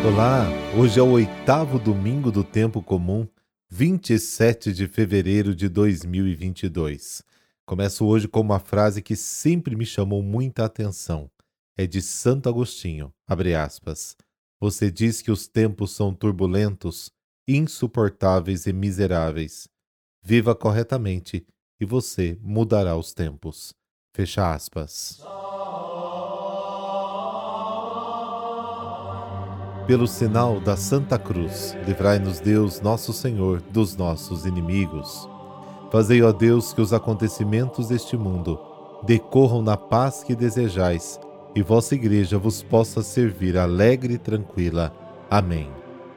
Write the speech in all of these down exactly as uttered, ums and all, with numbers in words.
Olá, hoje é o oitavo domingo do tempo comum, vinte e sete de fevereiro de dois mil e vinte e dois. Começo hoje com uma frase que sempre me chamou muita atenção. É de Santo Agostinho, abre aspas. Você diz que os tempos são turbulentos, insuportáveis e miseráveis. Viva corretamente e você mudará os tempos. Fecha aspas. Pelo sinal da Santa Cruz, livrai-nos Deus, nosso Senhor, dos nossos inimigos. Fazei, ó Deus, que os acontecimentos deste mundo decorram na paz que desejais, e vossa Igreja vos possa servir alegre e tranquila. Amém.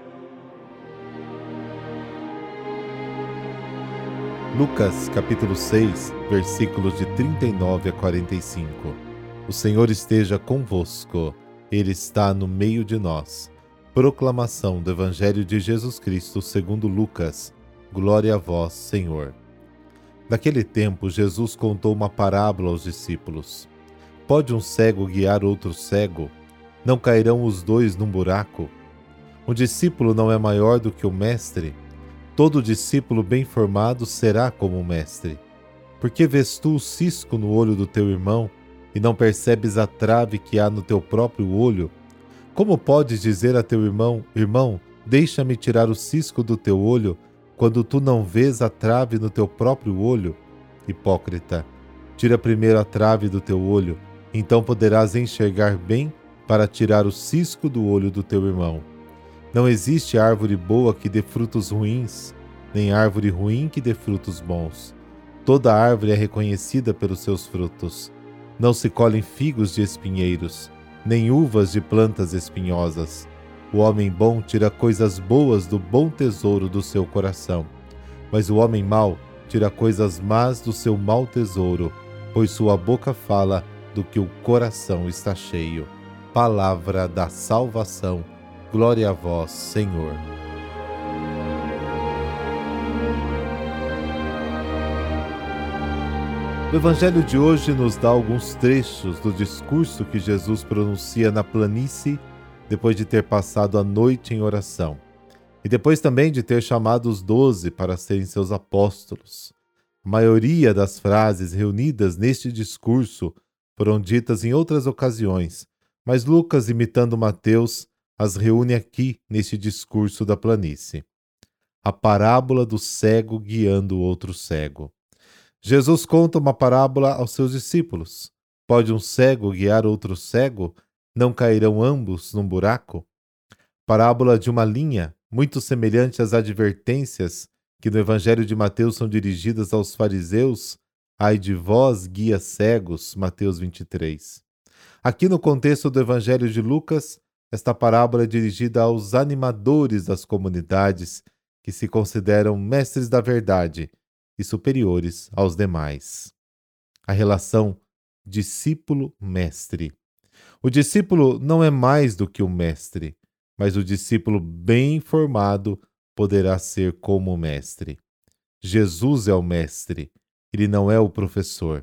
Lucas, capítulo seis, versículos de trinta e nove a quarenta e cinco. O Senhor esteja convosco, Ele está no meio de nós. Proclamação do Evangelho de Jesus Cristo segundo Lucas. Glória a vós, Senhor. Naquele tempo, Jesus contou uma parábola aos discípulos. Pode um cego guiar outro cego? Não cairão os dois num buraco? Um discípulo não é maior do que o mestre? Todo discípulo bem formado será como o mestre. Por que vês tu o cisco no olho do teu irmão e não percebes a trave que há no teu próprio olho? Como podes dizer a teu irmão, irmão, deixa-me tirar o cisco do teu olho, quando tu não vês a trave no teu próprio olho? Hipócrita, tira primeiro a trave do teu olho, então poderás enxergar bem para tirar o cisco do olho do teu irmão. Não existe árvore boa que dê frutos ruins, nem árvore ruim que dê frutos bons. Toda árvore é reconhecida pelos seus frutos. Não se colhem figos de espinheiros, nem uvas de plantas espinhosas. O homem bom tira coisas boas do bom tesouro do seu coração, mas o homem mau tira coisas más do seu mau tesouro, pois sua boca fala do que o coração está cheio. Palavra da salvação. Glória a vós, Senhor. O Evangelho de hoje nos dá alguns trechos do discurso que Jesus pronuncia na planície depois de ter passado a noite em oração e depois também de ter chamado os doze para serem seus apóstolos. A maioria das frases reunidas neste discurso foram ditas em outras ocasiões, mas Lucas, imitando Mateus, as reúne aqui neste discurso da planície. A parábola do cego guiando o outro cego. Jesus conta uma parábola aos seus discípulos. Pode um cego guiar outro cego? Não cairão ambos num buraco? Parábola de uma linha, muito semelhante às advertências que no Evangelho de Mateus são dirigidas aos fariseus. Ai de vós, guias cegos, Mateus vinte e três. Aqui no contexto do Evangelho de Lucas, esta parábola é dirigida aos animadores das comunidades que se consideram mestres da verdade e superiores aos demais. A relação discípulo-mestre. O discípulo não é mais do que o mestre, mas o discípulo bem formado poderá ser como o mestre. Jesus é o mestre, ele não é o professor.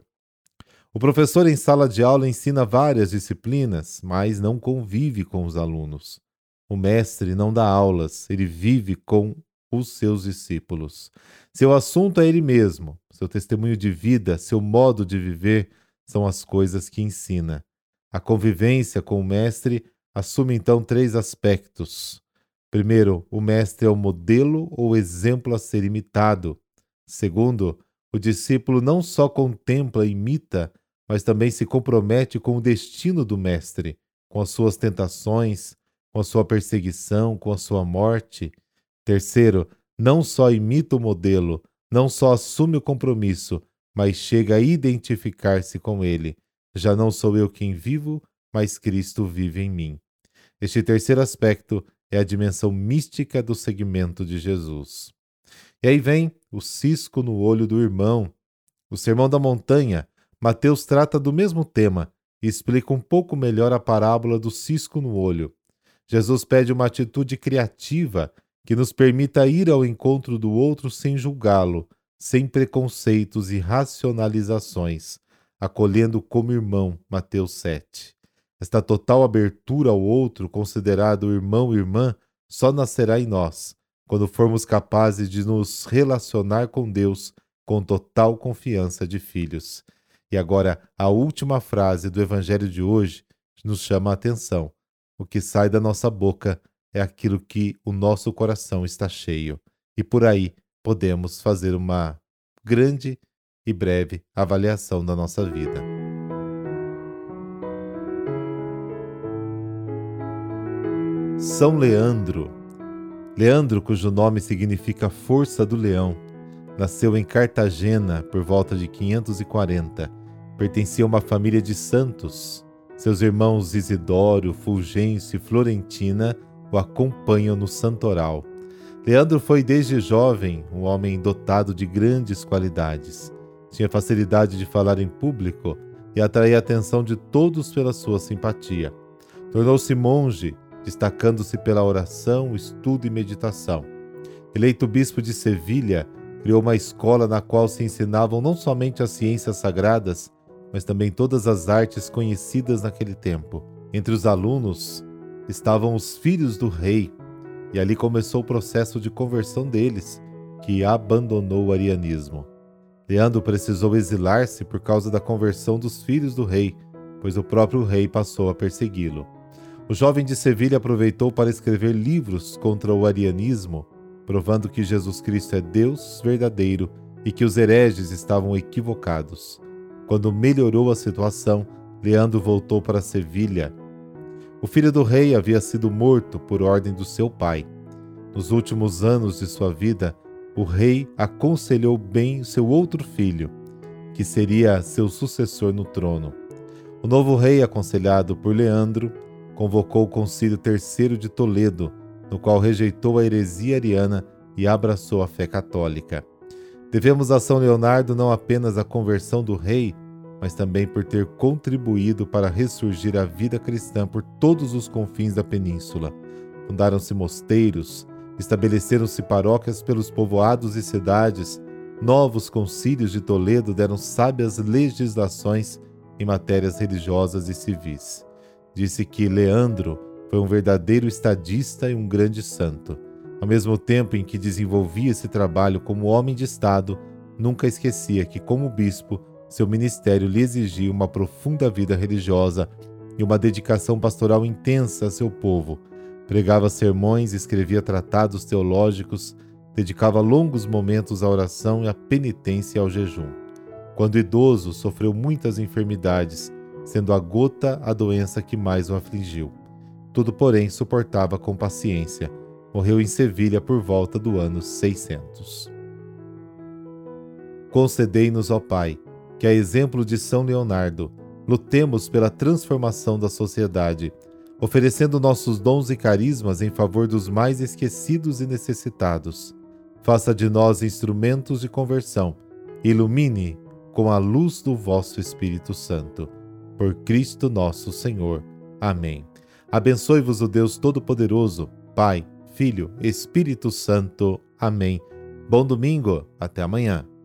O professor em sala de aula ensina várias disciplinas, mas não convive com os alunos. O mestre não dá aulas, ele vive com os seus discípulos. Seu assunto é ele mesmo, seu testemunho de vida, seu modo de viver são as coisas que ensina. A convivência com o mestre assume então três aspectos. Primeiro, o mestre é o modelo ou exemplo a ser imitado. Segundo, o discípulo não só contempla e imita, mas também se compromete com o destino do mestre, com as suas tentações, com a sua perseguição, com a sua morte. Terceiro, não só imita o modelo, não só assume o compromisso, mas chega a identificar-se com ele. Já não sou eu quem vivo, mas Cristo vive em mim. Este terceiro aspecto é a dimensão mística do seguimento de Jesus. E aí vem o cisco no olho do irmão. O Sermão da Montanha, Mateus trata do mesmo tema e explica um pouco melhor a parábola do cisco no olho. Jesus pede uma atitude criativa que nos permita ir ao encontro do outro sem julgá-lo, sem preconceitos e racionalizações, acolhendo como irmão, Mateus sete. Esta total abertura ao outro, considerado irmão e irmã, só nascerá em nós, quando formos capazes de nos relacionar com Deus com total confiança de filhos. E agora, a última frase do Evangelho de hoje nos chama a atenção. O que sai da nossa boca é aquilo que o nosso coração está cheio. E por aí podemos fazer uma grande e breve avaliação da nossa vida. São Leandro. Leandro, cujo nome significa força do leão, nasceu em Cartagena por volta de quinhentos e quarenta. Pertencia a uma família de santos. Seus irmãos Isidório, Fulgêncio e Florentina o acompanham no santoral. Leandro foi desde jovem um homem dotado de grandes qualidades. Tinha facilidade de falar em público e atraía a atenção de todos pela sua simpatia. Tornou-se monge, destacando-se pela oração, estudo e meditação. Eleito bispo de Sevilha, criou uma escola na qual se ensinavam não somente as ciências sagradas, mas também todas as artes conhecidas naquele tempo. Entre os alunos estavam os filhos do rei, e ali começou o processo de conversão deles, que abandonou o arianismo. Leandro precisou exilar-se por causa da conversão dos filhos do rei, pois o próprio rei passou a persegui-lo. O jovem de Sevilha aproveitou para escrever livros contra o arianismo, provando que Jesus Cristo é Deus verdadeiro e que os hereges estavam equivocados. Quando melhorou a situação, Leandro voltou para Sevilha. O filho do rei havia sido morto por ordem do seu pai. Nos últimos anos de sua vida, o rei aconselhou bem seu outro filho, que seria seu sucessor no trono. O novo rei, aconselhado por Leandro, convocou o Concílio Terceiro de Toledo, no qual rejeitou a heresia ariana e abraçou a fé católica. Devemos a São Leonardo não apenas a conversão do rei, mas também por ter contribuído para ressurgir a vida cristã por todos os confins da península. Fundaram-se mosteiros, estabeleceram-se paróquias pelos povoados e cidades, novos concílios de Toledo deram sábias legislações em matérias religiosas e civis. Disse que Leandro foi um verdadeiro estadista e um grande santo. Ao mesmo tempo em que desenvolvia esse trabalho como homem de Estado, nunca esquecia que, como bispo, seu ministério lhe exigia uma profunda vida religiosa e uma dedicação pastoral intensa a seu povo. Pregava sermões, escrevia tratados teológicos, dedicava longos momentos à oração e à penitência e ao jejum. Quando idoso, sofreu muitas enfermidades, sendo a gota a doença que mais o afligiu. Tudo, porém, suportava com paciência. Morreu em Sevilha por volta do ano seiscentos. Concedei-nos, ó Pai, que, a exemplo de São Leonardo, lutemos pela transformação da sociedade, oferecendo nossos dons e carismas em favor dos mais esquecidos e necessitados. Faça de nós instrumentos de conversão e ilumine com a luz do vosso Espírito Santo. Por Cristo nosso Senhor. Amém. Abençoe-vos o Deus Todo-Poderoso, Pai, Filho, Espírito Santo. Amém. Bom domingo. Até amanhã.